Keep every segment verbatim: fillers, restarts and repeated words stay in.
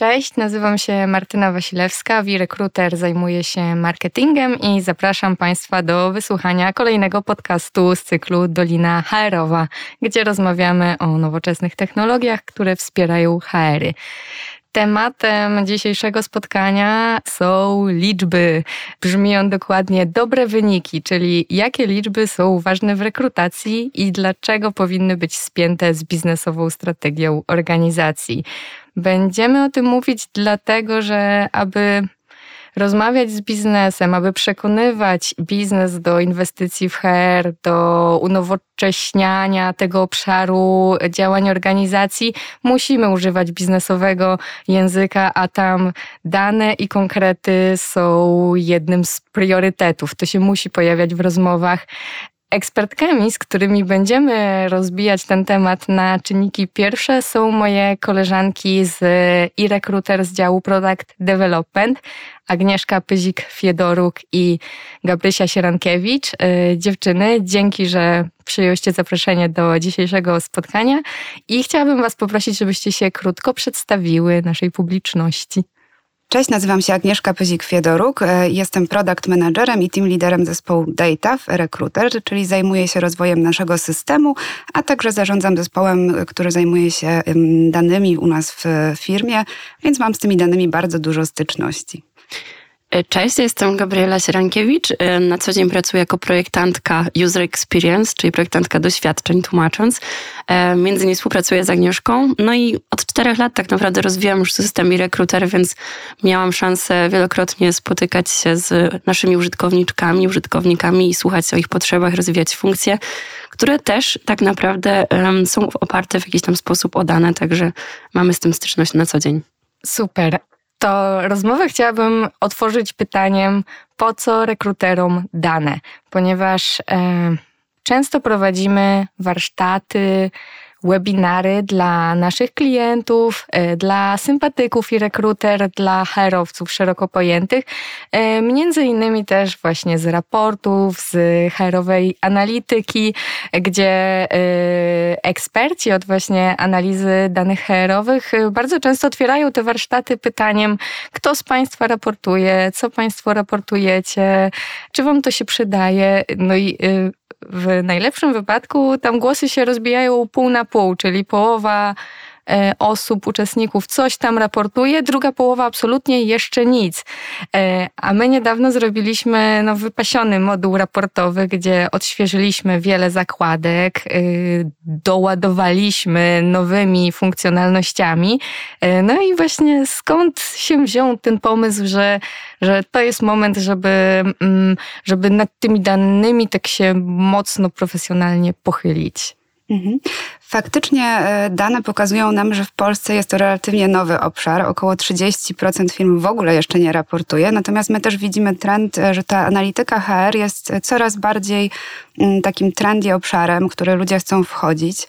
Cześć, nazywam się Martyna Wasilewska, WeRecruiter, zajmuję się marketingiem i zapraszam Państwa do wysłuchania kolejnego podcastu z cyklu Dolina H R-owa, gdzie rozmawiamy o nowoczesnych technologiach, które wspierają H R-y. Tematem dzisiejszego spotkania są liczby. Brzmi on dokładnie dobre wyniki, czyli jakie liczby są ważne w rekrutacji i dlaczego powinny być spięte z biznesową strategią organizacji. Będziemy o tym mówić dlatego, że aby rozmawiać z biznesem, aby przekonywać biznes do inwestycji w H R, do unowocześniania tego obszaru działań organizacji, musimy używać biznesowego języka, a tam dane i konkrety są jednym z priorytetów. To się musi pojawiać w rozmowach. Ekspertkami, z którymi będziemy rozbijać ten temat na czynniki pierwsze, są moje koleżanki z WeRecruiter z działu Product Development, Agnieszka Pyzik-Fiedoruk i Gabrysia Sierankiewicz. Dziewczyny, dzięki, że przyjęłyście zaproszenie do dzisiejszego spotkania i chciałabym Was poprosić, żebyście się krótko przedstawiły naszej publiczności. Cześć, nazywam się Agnieszka Pyzik-Fiedoruk, jestem product managerem i team liderem zespołu Data w Recruiter, czyli zajmuję się rozwojem naszego systemu, a także zarządzam zespołem, który zajmuje się danymi u nas w firmie, więc mam z tymi danymi bardzo dużo styczności. Cześć, jestem Gabriela Sierankiewicz. Na co dzień pracuję jako projektantka User Experience, czyli projektantka doświadczeń, tłumacząc. Między innymi współpracuję z Agnieszką. No i od czterech lat tak naprawdę rozwijam już system WeRecruiter, więc miałam szansę wielokrotnie spotykać się z naszymi użytkowniczkami, użytkownikami i słuchać o ich potrzebach, rozwijać funkcje, które też tak naprawdę um, są oparte w jakiś tam sposób o dane, także mamy z tym styczność na co dzień. Super. To rozmowę chciałabym otworzyć pytaniem, po co rekruterom dane? Ponieważ e, często prowadzimy warsztaty, webinary dla naszych klientów, dla sympatyków i rekruter, dla H R-owców szeroko pojętych, między innymi też właśnie z raportów, z H R-owej analityki, gdzie eksperci od właśnie analizy danych H R-owych bardzo często otwierają te warsztaty pytaniem, kto z Państwa raportuje, co Państwo raportujecie, czy Wam to się przydaje, no i w najlepszym wypadku tam głosy się rozbijają pół na pół, czyli połowa osób, uczestników coś tam raportuje, druga połowa absolutnie jeszcze nic. A my niedawno zrobiliśmy no, wypasiony moduł raportowy, gdzie odświeżyliśmy wiele zakładek, doładowaliśmy nowymi funkcjonalnościami. No i właśnie skąd się wziął ten pomysł, że, że to jest moment, żeby, żeby nad tymi danymi tak się mocno profesjonalnie pochylić. Faktycznie dane pokazują nam, że w Polsce jest to relatywnie nowy obszar. Około trzydzieści procent firm w ogóle jeszcze nie raportuje. Natomiast my też widzimy trend, że ta analityka H R jest coraz bardziej takim trendy obszarem, w który ludzie chcą wchodzić.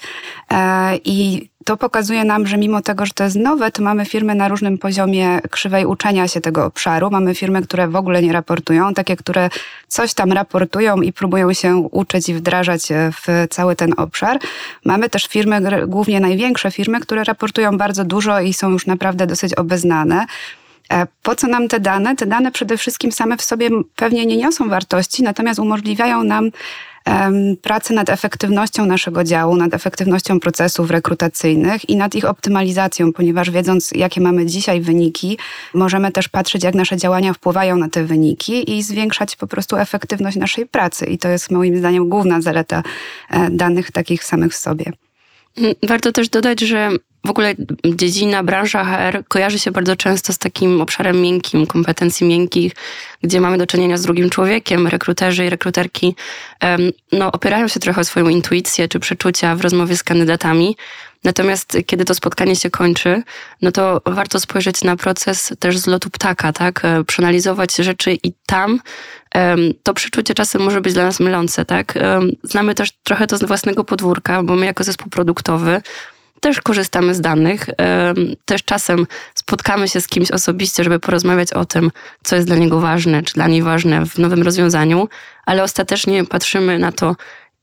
I to pokazuje nam, że mimo tego, że to jest nowe, to mamy firmy na różnym poziomie krzywej uczenia się tego obszaru. Mamy firmy, które w ogóle nie raportują, takie, które coś tam raportują i próbują się uczyć i wdrażać w cały ten obszar. Mamy też firmy, głównie największe firmy, które raportują bardzo dużo i są już naprawdę dosyć obeznane. Po co nam te dane? Te dane przede wszystkim same w sobie pewnie nie niosą wartości, natomiast umożliwiają nam um, pracę nad efektywnością naszego działu, nad efektywnością procesów rekrutacyjnych i nad ich optymalizacją, ponieważ wiedząc, jakie mamy dzisiaj wyniki, możemy też patrzeć, jak nasze działania wpływają na te wyniki i zwiększać po prostu efektywność naszej pracy. I to jest moim zdaniem główna zaleta danych takich samych w sobie. Warto też dodać, że w ogóle dziedzina, branża H R kojarzy się bardzo często z takim obszarem miękkim, kompetencji miękkich, gdzie mamy do czynienia z drugim człowiekiem. Rekruterzy i rekruterki no, opierają się trochę o swoją intuicję czy przeczucia w rozmowie z kandydatami. Natomiast kiedy to spotkanie się kończy, no to warto spojrzeć na proces też z lotu ptaka, tak? Przeanalizować rzeczy i tam to przeczucie czasem może być dla nas mylące, tak? Znamy też trochę to z własnego podwórka, bo my jako zespół produktowy też korzystamy z danych. Też czasem spotkamy się z kimś osobiście, żeby porozmawiać o tym, co jest dla niego ważne, czy dla niej ważne w nowym rozwiązaniu, ale ostatecznie patrzymy na to,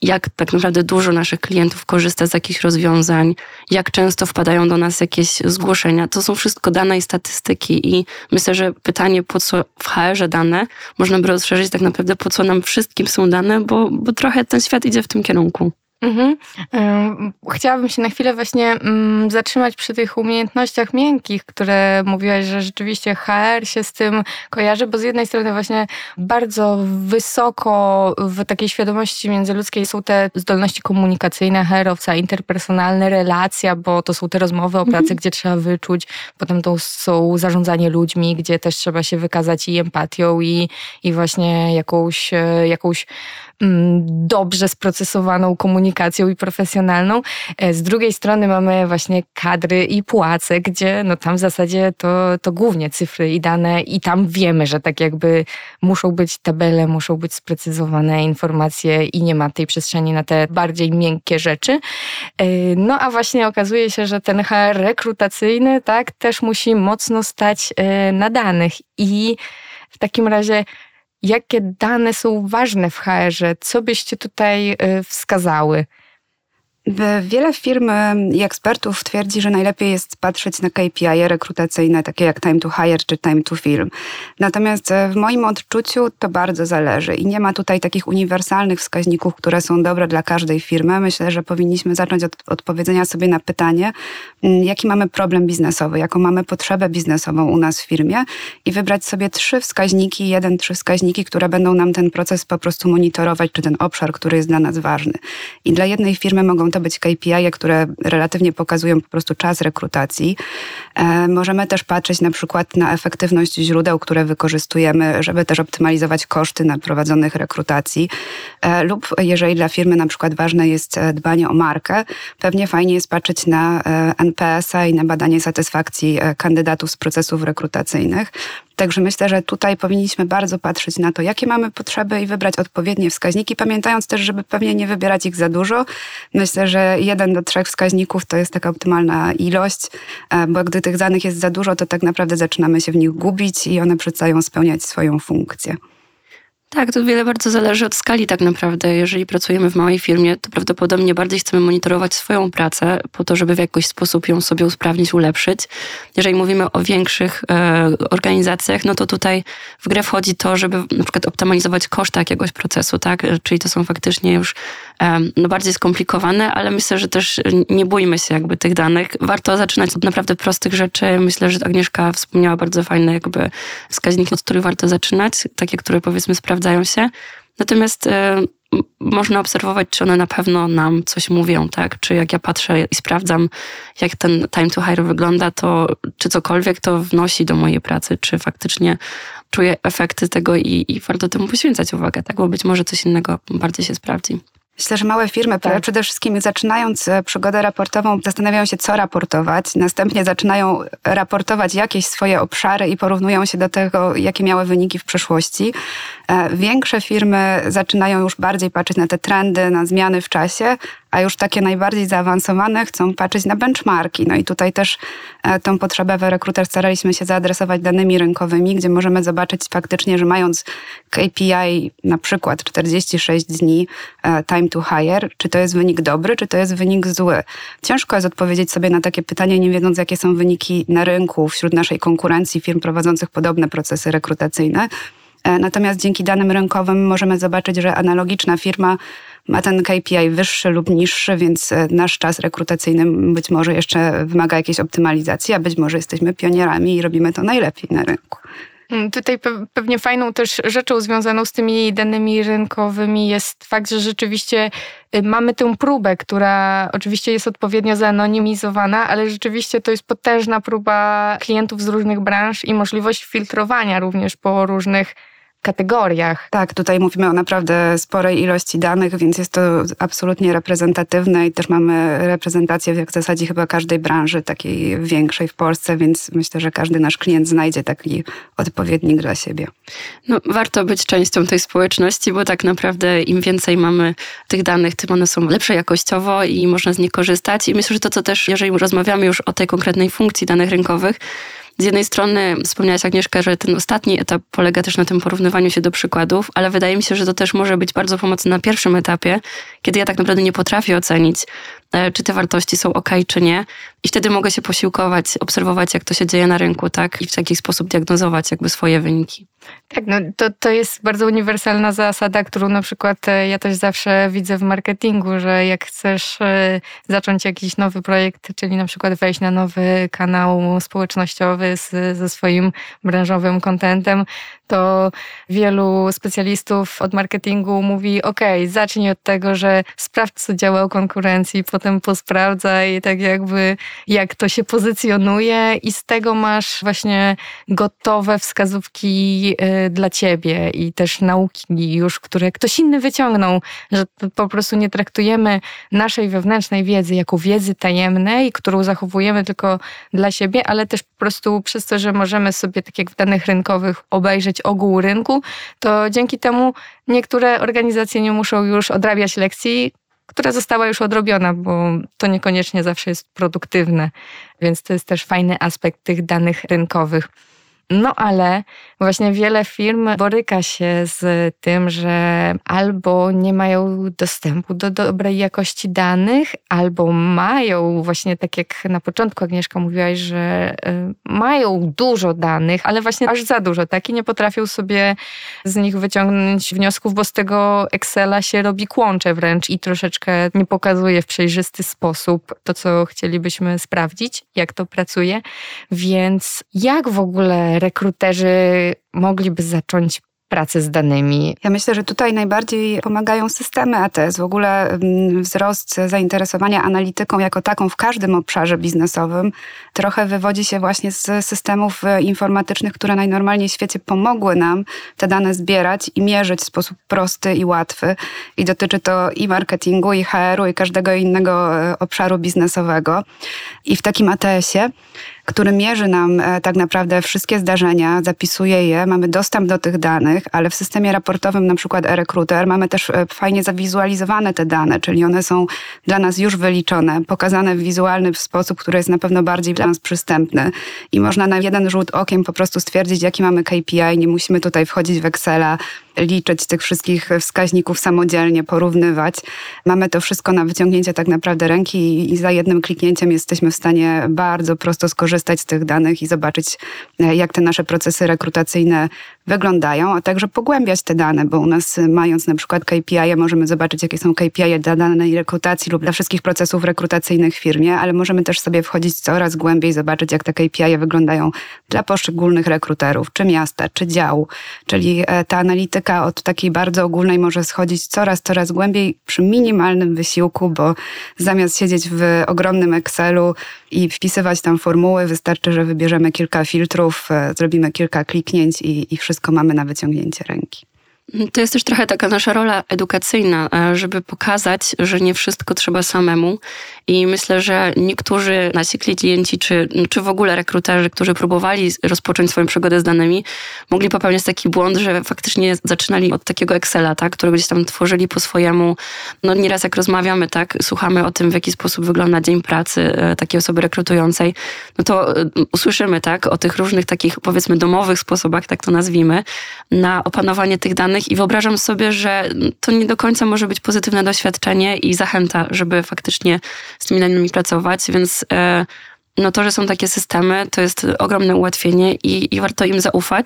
jak tak naprawdę dużo naszych klientów korzysta z jakichś rozwiązań, jak często wpadają do nas jakieś zgłoszenia. To są wszystko dane i statystyki i myślę, że pytanie, po co w H R-ze dane, można by rozszerzyć tak naprawdę, po co nam wszystkim są dane, bo, bo trochę ten świat idzie w tym kierunku. Mhm. Chciałabym się na chwilę właśnie um, zatrzymać przy tych umiejętnościach miękkich, które mówiłaś, że rzeczywiście H R się z tym kojarzy, bo z jednej strony właśnie bardzo wysoko w takiej świadomości międzyludzkiej są te zdolności komunikacyjne H R-owca, interpersonalne, relacja, bo to są te rozmowy o pracy, mhm. gdzie trzeba wyczuć, potem to są zarządzanie ludźmi, gdzie też trzeba się wykazać i empatią i, i właśnie jakąś, jakąś dobrze sprocesowaną komunikacją i profesjonalną. Z drugiej strony mamy właśnie kadry i płace, gdzie no tam w zasadzie to, to głównie cyfry i dane i tam wiemy, że tak jakby muszą być tabele, muszą być sprecyzowane informacje i nie ma tej przestrzeni na te bardziej miękkie rzeczy. No a właśnie okazuje się, że ten H R rekrutacyjny tak też musi mocno stać na danych i w takim razie jakie dane są ważne w H R-ze? Co byście tutaj wskazały? Wiele firm i ekspertów twierdzi, że najlepiej jest patrzeć na K P I rekrutacyjne, takie jak time to hire czy time to film. Natomiast w moim odczuciu to bardzo zależy i nie ma tutaj takich uniwersalnych wskaźników, które są dobre dla każdej firmy. Myślę, że powinniśmy zacząć od odpowiedzenia sobie na pytanie, jaki mamy problem biznesowy, jaką mamy potrzebę biznesową u nas w firmie i wybrać sobie trzy wskaźniki, jeden, trzy wskaźniki, które będą nam ten proces po prostu monitorować, czy ten obszar, który jest dla nas ważny. I dla jednej firmy mogą to być K P I, które relatywnie pokazują po prostu czas rekrutacji. E, możemy też patrzeć na przykład na efektywność źródeł, które wykorzystujemy, żeby też optymalizować koszty na prowadzonych rekrutacji. E, lub jeżeli dla firmy na przykład ważne jest dbanie o markę, pewnie fajnie jest patrzeć na e, N P S-a i na badanie satysfakcji kandydatów z procesów rekrutacyjnych. Także myślę, że tutaj powinniśmy bardzo patrzeć na to, jakie mamy potrzeby i wybrać odpowiednie wskaźniki, pamiętając też, żeby pewnie nie wybierać ich za dużo. Myślę, że jeden do trzech wskaźników to jest taka optymalna ilość, bo gdy tych danych jest za dużo, to tak naprawdę zaczynamy się w nich gubić i one przestają spełniać swoją funkcję. Tak, to wiele bardzo zależy od skali tak naprawdę. Jeżeli pracujemy w małej firmie, to prawdopodobnie bardziej chcemy monitorować swoją pracę po to, żeby w jakiś sposób ją sobie usprawnić, ulepszyć. Jeżeli mówimy o większych e, organizacjach, no to tutaj w grę wchodzi to, żeby na przykład optymalizować koszty jakiegoś procesu, tak? Czyli to są faktycznie już e, no bardziej skomplikowane, ale myślę, że też nie bójmy się jakby tych danych. Warto zaczynać od naprawdę prostych rzeczy. Myślę, że Agnieszka wspomniała bardzo fajne jakby wskaźniki, od których warto zaczynać, takie, które powiedzmy sprawdzają się. Natomiast y, można obserwować, czy one na pewno nam coś mówią, tak? Czy jak ja patrzę i sprawdzam, jak ten time to hire wygląda, to czy cokolwiek to wnosi do mojej pracy, czy faktycznie czuję efekty tego i, i warto temu poświęcać uwagę, tak? Bo być może coś innego bardziej się sprawdzi. Myślę, że małe firmy tak. przede wszystkim zaczynając przygodę raportową zastanawiają się, co raportować. Następnie zaczynają raportować jakieś swoje obszary i porównują się do tego, jakie miały wyniki w przeszłości. Większe firmy zaczynają już bardziej patrzeć na te trendy, na zmiany w czasie, a już takie najbardziej zaawansowane chcą patrzeć na benchmarki. No i tutaj też tą potrzebę w Recruiter staraliśmy się zaadresować danymi rynkowymi, gdzie możemy zobaczyć faktycznie, że mając K P I na przykład czterdzieści sześć dni time to hire, czy to jest wynik dobry, czy to jest wynik zły. Ciężko jest odpowiedzieć sobie na takie pytanie, nie wiedząc, jakie są wyniki na rynku wśród naszej konkurencji firm prowadzących podobne procesy rekrutacyjne. Natomiast dzięki danym rynkowym możemy zobaczyć, że analogiczna firma ma ten K P I wyższy lub niższy, więc nasz czas rekrutacyjny być może jeszcze wymaga jakiejś optymalizacji, a być może jesteśmy pionierami i robimy to najlepiej na rynku. Tutaj pewnie fajną też rzeczą związaną z tymi danymi rynkowymi jest fakt, że rzeczywiście mamy tę próbę, która oczywiście jest odpowiednio zanonimizowana, ale rzeczywiście to jest potężna próba klientów z różnych branż i możliwość filtrowania również po różnych kategoriach. Tak, tutaj mówimy o naprawdę sporej ilości danych, więc jest to absolutnie reprezentatywne i też mamy reprezentację w zasadzie chyba każdej branży takiej większej w Polsce, więc myślę, że każdy nasz klient znajdzie taki odpowiednik dla siebie. No, warto być częścią tej społeczności, bo tak naprawdę im więcej mamy tych danych, tym one są lepsze jakościowo i można z nich korzystać. I myślę, że to, co też, jeżeli rozmawiamy już o tej konkretnej funkcji danych rynkowych, z jednej strony wspomniałaś, Agnieszka, że ten ostatni etap polega też na tym porównywaniu się do przykładów, ale wydaje mi się, że to też może być bardzo pomocne na pierwszym etapie, kiedy ja tak naprawdę nie potrafię ocenić, czy te wartości są okej, czy nie. I wtedy mogę się posiłkować, obserwować, jak to się dzieje na rynku, tak? I w taki sposób diagnozować jakby swoje wyniki. Tak, no to, to jest bardzo uniwersalna zasada, którą na przykład ja też zawsze widzę w marketingu, że jak chcesz zacząć jakiś nowy projekt, czyli na przykład wejść na nowy kanał społecznościowy z, ze swoim branżowym contentem, to wielu specjalistów od marketingu mówi, okej, zacznij od tego, że sprawdź, co działa u konkurencji, potem posprawdzaj tak jakby, jak to się pozycjonuje i z tego masz właśnie gotowe wskazówki dla ciebie i też nauki już, które ktoś inny wyciągnął, że po prostu nie traktujemy naszej wewnętrznej wiedzy jako wiedzy tajemnej, którą zachowujemy tylko dla siebie, ale też po prostu przez to, że możemy sobie tak jak w danych rynkowych obejrzeć ogół rynku, to dzięki temu niektóre organizacje nie muszą już odrabiać lekcji, która została już odrobiona, bo to niekoniecznie zawsze jest produktywne, więc to jest też fajny aspekt tych danych rynkowych. No ale właśnie wiele firm boryka się z tym, że albo nie mają dostępu do dobrej jakości danych, albo mają właśnie tak jak na początku Agnieszka mówiłaś, że mają dużo danych, ale właśnie aż za dużo, tak? I nie potrafią sobie z nich wyciągnąć wniosków, bo z tego Excela się robi kłącze wręcz i troszeczkę nie pokazuje w przejrzysty sposób to, co chcielibyśmy sprawdzić, jak to pracuje. Więc jak w ogóle rekruterzy mogliby zacząć pracę z danymi? Ja myślę, że tutaj najbardziej pomagają systemy A T S. W ogóle wzrost zainteresowania analityką jako taką w każdym obszarze biznesowym trochę wywodzi się właśnie z systemów informatycznych, które najnormalniej w świecie pomogły nam te dane zbierać i mierzyć w sposób prosty i łatwy. I dotyczy to i marketingu, i H R u, i każdego innego obszaru biznesowego. I w takim A T S-ie, który mierzy nam tak naprawdę wszystkie zdarzenia, zapisuje je, mamy dostęp do tych danych, ale w systemie raportowym, na przykład e-Recruiter, mamy też fajnie zawizualizowane te dane, czyli one są dla nas już wyliczone, pokazane w wizualny sposób, który jest na pewno bardziej dla nas przystępny i można na jeden rzut okiem po prostu stwierdzić, jaki mamy K P I, nie musimy tutaj wchodzić w Excela, liczyć tych wszystkich wskaźników samodzielnie, porównywać. Mamy to wszystko na wyciągnięcie tak naprawdę ręki i za jednym kliknięciem jesteśmy w stanie bardzo prosto skorzystać z tych danych i zobaczyć, jak te nasze procesy rekrutacyjne wyglądają, a także pogłębiać te dane, bo u nas mając na przykład K P I, możemy zobaczyć, jakie są K P I dla danej rekrutacji lub dla wszystkich procesów rekrutacyjnych w firmie, ale możemy też sobie wchodzić coraz głębiej, zobaczyć, jak te K P I wyglądają dla poszczególnych rekruterów, czy miasta, czy działu, czyli ta analityka od takiej bardzo ogólnej może schodzić coraz, coraz głębiej przy minimalnym wysiłku, bo zamiast siedzieć w ogromnym Excelu i wpisywać tam formuły, wystarczy, że wybierzemy kilka filtrów, zrobimy kilka kliknięć i, i wszystko mamy na wyciągnięcie ręki. To jest też trochę taka nasza rola edukacyjna, żeby pokazać, że nie wszystko trzeba samemu i myślę, że niektórzy nasi klienci, czy, czy w ogóle rekruterzy, którzy próbowali rozpocząć swoją przygodę z danymi, mogli popełniać taki błąd, że faktycznie zaczynali od takiego Excela, tak, którego gdzieś tam tworzyli po swojemu. No nieraz jak rozmawiamy, tak, słuchamy o tym, w jaki sposób wygląda dzień pracy takiej osoby rekrutującej, no to usłyszymy, tak, o tych różnych takich, powiedzmy, domowych sposobach, tak to nazwijmy, na opanowanie tych danych i wyobrażam sobie, że to nie do końca może być pozytywne doświadczenie i zachęta, żeby faktycznie z tymi danymi pracować, więc no to, że są takie systemy, to jest ogromne ułatwienie i, i warto im zaufać.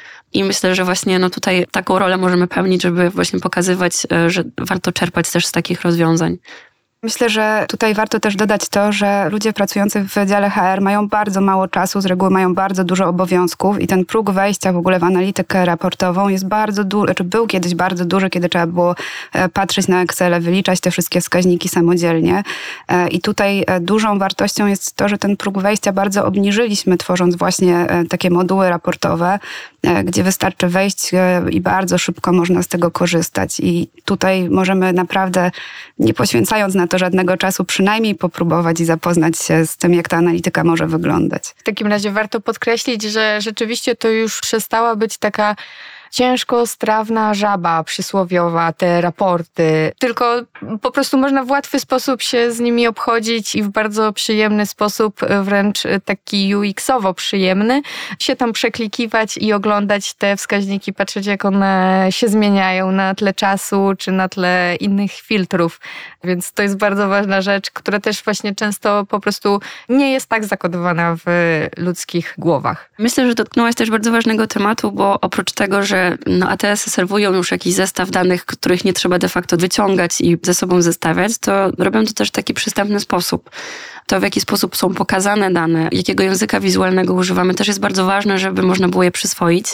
I myślę, że właśnie no tutaj taką rolę możemy pełnić, żeby właśnie pokazywać, że warto czerpać też z takich rozwiązań. Myślę, że tutaj warto też dodać to, że ludzie pracujący w dziale H R mają bardzo mało czasu, z reguły mają bardzo dużo obowiązków i ten próg wejścia w ogóle w analitykę raportową jest bardzo duży, czy był kiedyś bardzo duży, kiedy trzeba było patrzeć na Excel, wyliczać te wszystkie wskaźniki samodzielnie. I tutaj dużą wartością jest to, że ten próg wejścia bardzo obniżyliśmy, tworząc właśnie takie moduły raportowe, gdzie wystarczy wejść i bardzo szybko można z tego korzystać. I tutaj możemy naprawdę, nie poświęcając na to żadnego czasu, przynajmniej popróbować i zapoznać się z tym, jak ta analityka może wyglądać. W takim razie warto podkreślić, że rzeczywiście to już przestała być taka ciężko strawna żaba przysłowiowa, te raporty, tylko po prostu można w łatwy sposób się z nimi obchodzić i w bardzo przyjemny sposób, wręcz taki U X-owo przyjemny, się tam przeklikiwać i oglądać te wskaźniki, patrzeć jak one się zmieniają na tle czasu czy na tle innych filtrów. Więc to jest bardzo ważna rzecz, która też właśnie często po prostu nie jest tak zakodowana w ludzkich głowach. Myślę, że dotknęłaś też bardzo ważnego tematu, bo oprócz tego, że no A T S-y serwują już jakiś zestaw danych, których nie trzeba de facto wyciągać i ze sobą zestawiać, to robią to też w taki przystępny sposób. To, w jaki sposób są pokazane dane, jakiego języka wizualnego używamy, też jest bardzo ważne, żeby można było je przyswoić.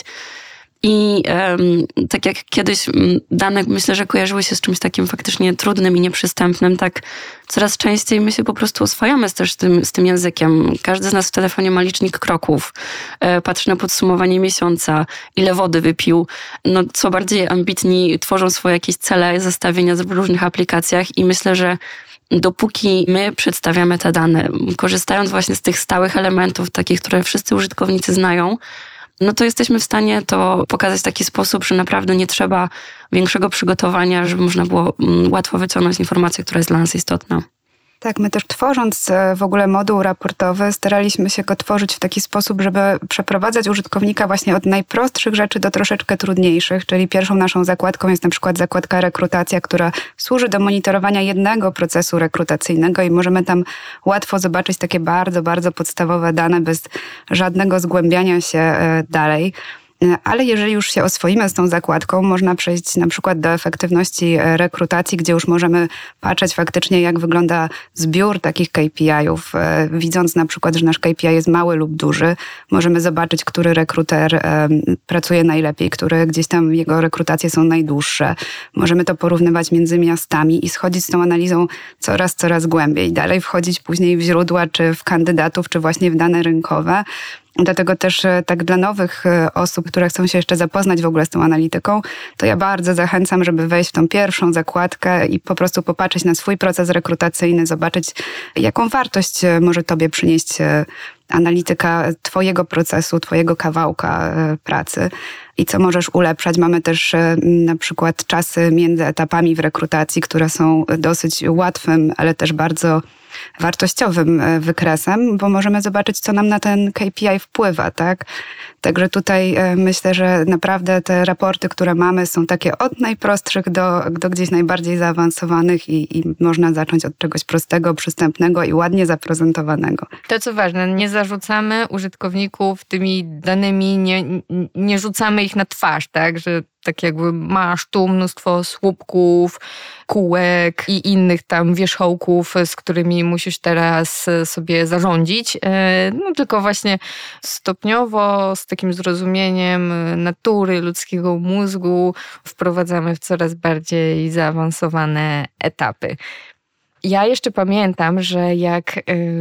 I um, tak jak kiedyś dane, myślę, że kojarzyły się z czymś takim faktycznie trudnym i nieprzystępnym, tak coraz częściej my się po prostu oswajamy też z tym, z tym językiem. Każdy z nas w telefonie ma licznik kroków, e, patrzy na podsumowanie miesiąca, ile wody wypił. No, co bardziej ambitni tworzą swoje jakieś cele, zestawienia w różnych aplikacjach i myślę, że dopóki my przedstawiamy te dane, korzystając właśnie z tych stałych elementów, takich, które wszyscy użytkownicy znają, no to jesteśmy w stanie to pokazać w taki sposób, że naprawdę nie trzeba większego przygotowania, żeby można było łatwo wyciągnąć informację, która jest dla nas istotna. Tak, my też tworząc w ogóle moduł raportowy, staraliśmy się go tworzyć w taki sposób, żeby przeprowadzać użytkownika właśnie od najprostszych rzeczy do troszeczkę trudniejszych, czyli pierwszą naszą zakładką jest na przykład zakładka rekrutacja, która służy do monitorowania jednego procesu rekrutacyjnego i możemy tam łatwo zobaczyć takie bardzo, bardzo podstawowe dane bez żadnego zgłębiania się dalej. Ale jeżeli już się oswoimy z tą zakładką, można przejść na przykład do efektywności rekrutacji, gdzie już możemy patrzeć faktycznie, jak wygląda zbiór takich K P I-ów. Widząc na przykład, że nasz K P I jest mały lub duży, możemy zobaczyć, który rekruter pracuje najlepiej, które gdzieś tam jego rekrutacje są najdłuższe. Możemy to porównywać między miastami i schodzić z tą analizą coraz, coraz głębiej. Dalej wchodzić później w źródła, czy w kandydatów, czy właśnie w dane rynkowe. Dlatego też tak dla nowych osób, które chcą się jeszcze zapoznać w ogóle z tą analityką, to ja bardzo zachęcam, żeby wejść w tą pierwszą zakładkę i po prostu popatrzeć na swój proces rekrutacyjny, zobaczyć, jaką wartość może tobie przynieść analityka twojego procesu, twojego kawałka pracy i co możesz ulepszać. Mamy też na przykład czasy między etapami w rekrutacji, które są dosyć łatwym, ale też bardzo wartościowym wykresem, bo możemy zobaczyć, co nam na ten K P I wpływa, tak? Także tutaj myślę, że naprawdę te raporty, które mamy, są takie od najprostszych do, do gdzieś najbardziej zaawansowanych i, i można zacząć od czegoś prostego, przystępnego i ładnie zaprezentowanego. To co ważne, nie zarzucamy użytkowników tymi danymi, nie, nie rzucamy ich na twarz, tak? Że tak jakby masz tu mnóstwo słupków, kółek i innych tam wierzchołków, z którymi musisz teraz sobie zarządzić. No tylko właśnie stopniowo, z takim zrozumieniem natury ludzkiego mózgu wprowadzamy w coraz bardziej zaawansowane etapy. Ja jeszcze pamiętam, że jak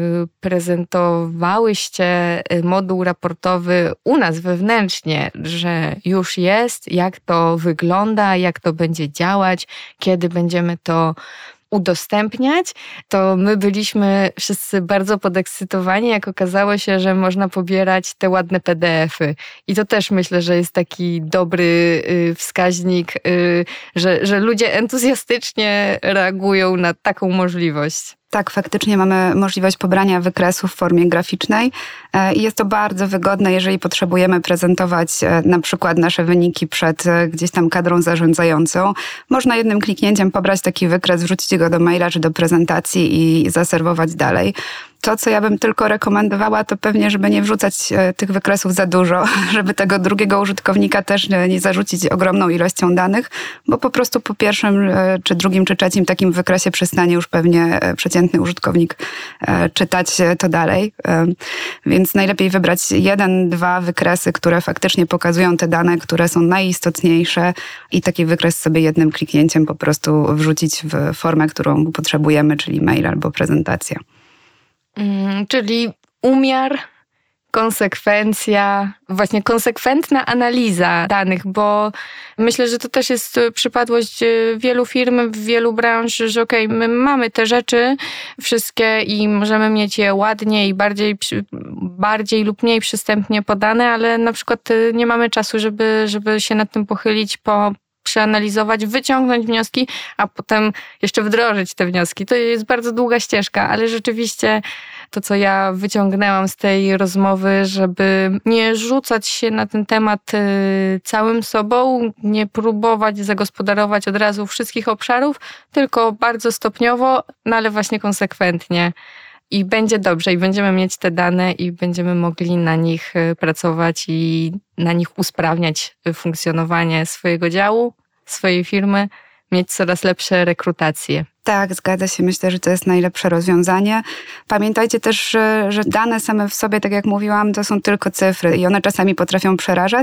prezentowałyście moduł raportowy u nas wewnętrznie, że już jest, jak to wygląda, jak to będzie działać, kiedy będziemy to udostępniać, to my byliśmy wszyscy bardzo podekscytowani, jak okazało się, że można pobierać te ładne P D F-y. I to też myślę, że jest taki dobry wskaźnik, że, że ludzie entuzjastycznie reagują na taką możliwość. Tak, faktycznie mamy możliwość pobrania wykresu w formie graficznej i jest to bardzo wygodne, jeżeli potrzebujemy prezentować na przykład nasze wyniki przed gdzieś tam kadrą zarządzającą. Można jednym kliknięciem pobrać taki wykres, wrzucić go do maila czy do prezentacji i zaserwować dalej. To, co ja bym tylko rekomendowała, to pewnie, żeby nie wrzucać tych wykresów za dużo, żeby tego drugiego użytkownika też nie zarzucić ogromną ilością danych, bo po prostu po pierwszym, czy drugim, czy trzecim takim wykresie przestanie już pewnie przeciętny użytkownik czytać to dalej. Więc najlepiej wybrać jeden, dwa wykresy, które faktycznie pokazują te dane, które są najistotniejsze i taki wykres sobie jednym kliknięciem po prostu wrzucić w formę, którą potrzebujemy, czyli mail albo prezentacja. Hmm, czyli umiar, konsekwencja, właśnie konsekwentna analiza danych, bo myślę, że to też jest przypadłość wielu firm, wielu branż, że okej, okay, my mamy te rzeczy wszystkie i możemy mieć je ładnie i bardziej, bardziej lub mniej przystępnie podane, ale na przykład nie mamy czasu, żeby, żeby się nad tym pochylić, po przeanalizować, wyciągnąć wnioski, a potem jeszcze wdrożyć te wnioski. To jest bardzo długa ścieżka, ale rzeczywiście to, co ja wyciągnęłam z tej rozmowy, żeby nie rzucać się na ten temat całym sobą, nie próbować zagospodarować od razu wszystkich obszarów, tylko bardzo stopniowo, no ale właśnie konsekwentnie. I będzie dobrze, i będziemy mieć te dane i będziemy mogli na nich pracować i na nich usprawniać funkcjonowanie swojego działu, swojej firmy, mieć coraz lepsze rekrutacje. Tak, zgadza się. Myślę, że to jest najlepsze rozwiązanie. Pamiętajcie też, że, że dane same w sobie, tak jak mówiłam, to są tylko cyfry i one czasami potrafią przerażać,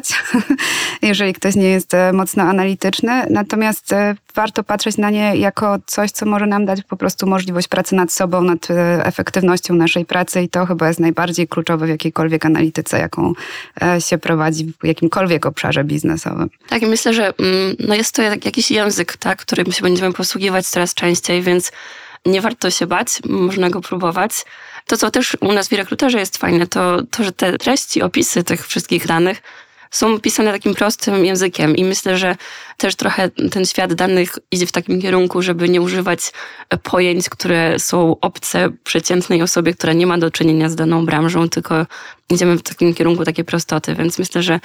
jeżeli ktoś nie jest mocno analityczny. Natomiast warto patrzeć na nie jako coś, co może nam dać po prostu możliwość pracy nad sobą, nad efektywnością naszej pracy i to chyba jest najbardziej kluczowe w jakiejkolwiek analityce, jaką się prowadzi w jakimkolwiek obszarze biznesowym. Tak, i myślę, że no jest to jakiś język, tak, którym się będziemy posługiwać coraz częściej, więc nie warto się bać, można go próbować. To, co też u nas w Rekruterze jest fajne, to, to, że te treści, opisy tych wszystkich danych są pisane takim prostym językiem i myślę, że też trochę ten świat danych idzie w takim kierunku, żeby nie używać pojęć, które są obce przeciętnej osobie, która nie ma do czynienia z daną branżą, tylko idziemy w takim kierunku takiej prostoty, więc myślę, że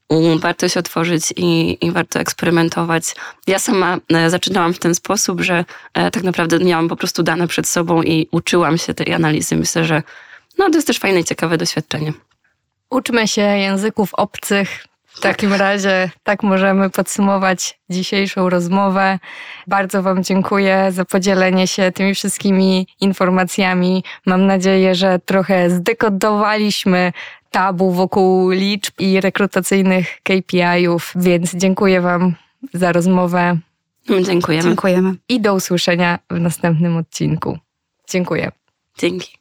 warto się otworzyć i, i warto eksperymentować. Ja sama zaczynałam w ten sposób, że tak naprawdę miałam po prostu dane przed sobą i uczyłam się tej analizy. Myślę, że no, to jest też fajne i ciekawe doświadczenie. Uczmy się języków obcych. W takim razie tak możemy podsumować dzisiejszą rozmowę. Bardzo Wam dziękuję za podzielenie się tymi wszystkimi informacjami. Mam nadzieję, że trochę zdekodowaliśmy tabu wokół liczb i rekrutacyjnych K P I-ów, więc dziękuję Wam za rozmowę. Dziękujemy. Dziękujemy. I do usłyszenia w następnym odcinku. Dziękuję. Dzięki.